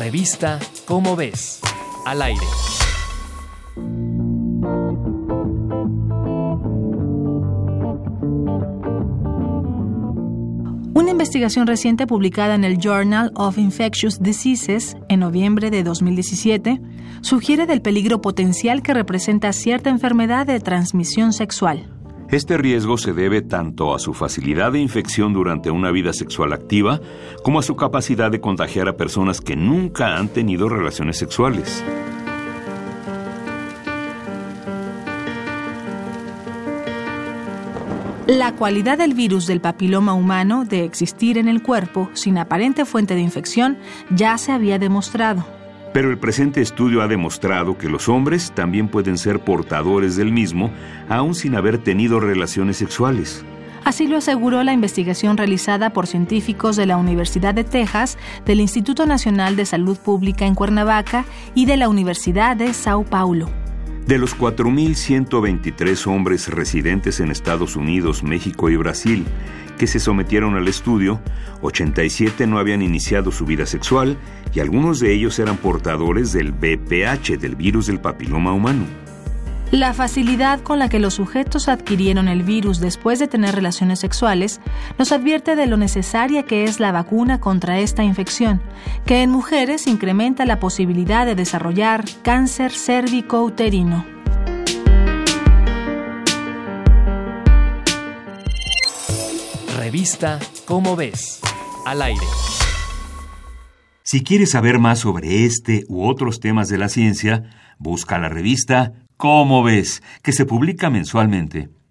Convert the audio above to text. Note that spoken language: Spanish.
Revista Cómo Ves, al aire. Una investigación reciente publicada en el Journal of Infectious Diseases en noviembre de 2017 sugiere del peligro potencial que representa cierta enfermedad de transmisión sexual. Este riesgo se debe tanto a su facilidad de infección durante una vida sexual activa como a su capacidad de contagiar a personas que nunca han tenido relaciones sexuales. La cualidad del virus del papiloma humano de existir en el cuerpo sin aparente fuente de infección ya se había demostrado. Pero el presente estudio ha demostrado que los hombres también pueden ser portadores del mismo, aún sin haber tenido relaciones sexuales. Así lo aseguró la investigación realizada por científicos de la Universidad de Texas, del Instituto Nacional de Salud Pública en Cuernavaca y de la Universidad de Sao Paulo. De los 4.123 hombres residentes en Estados Unidos, México y Brasil que se sometieron al estudio, 87 no habían iniciado su vida sexual y algunos de ellos eran portadores del VPH, del virus del papiloma humano. La facilidad con la que los sujetos adquirieron el virus después de tener relaciones sexuales nos advierte de lo necesaria que es la vacuna contra esta infección, que en mujeres incrementa la posibilidad de desarrollar cáncer cérvico-uterino. Revista Cómo Ves, al aire. Si quieres saber más sobre este u otros temas de la ciencia, busca la revista Cómo Ves, que se publica mensualmente.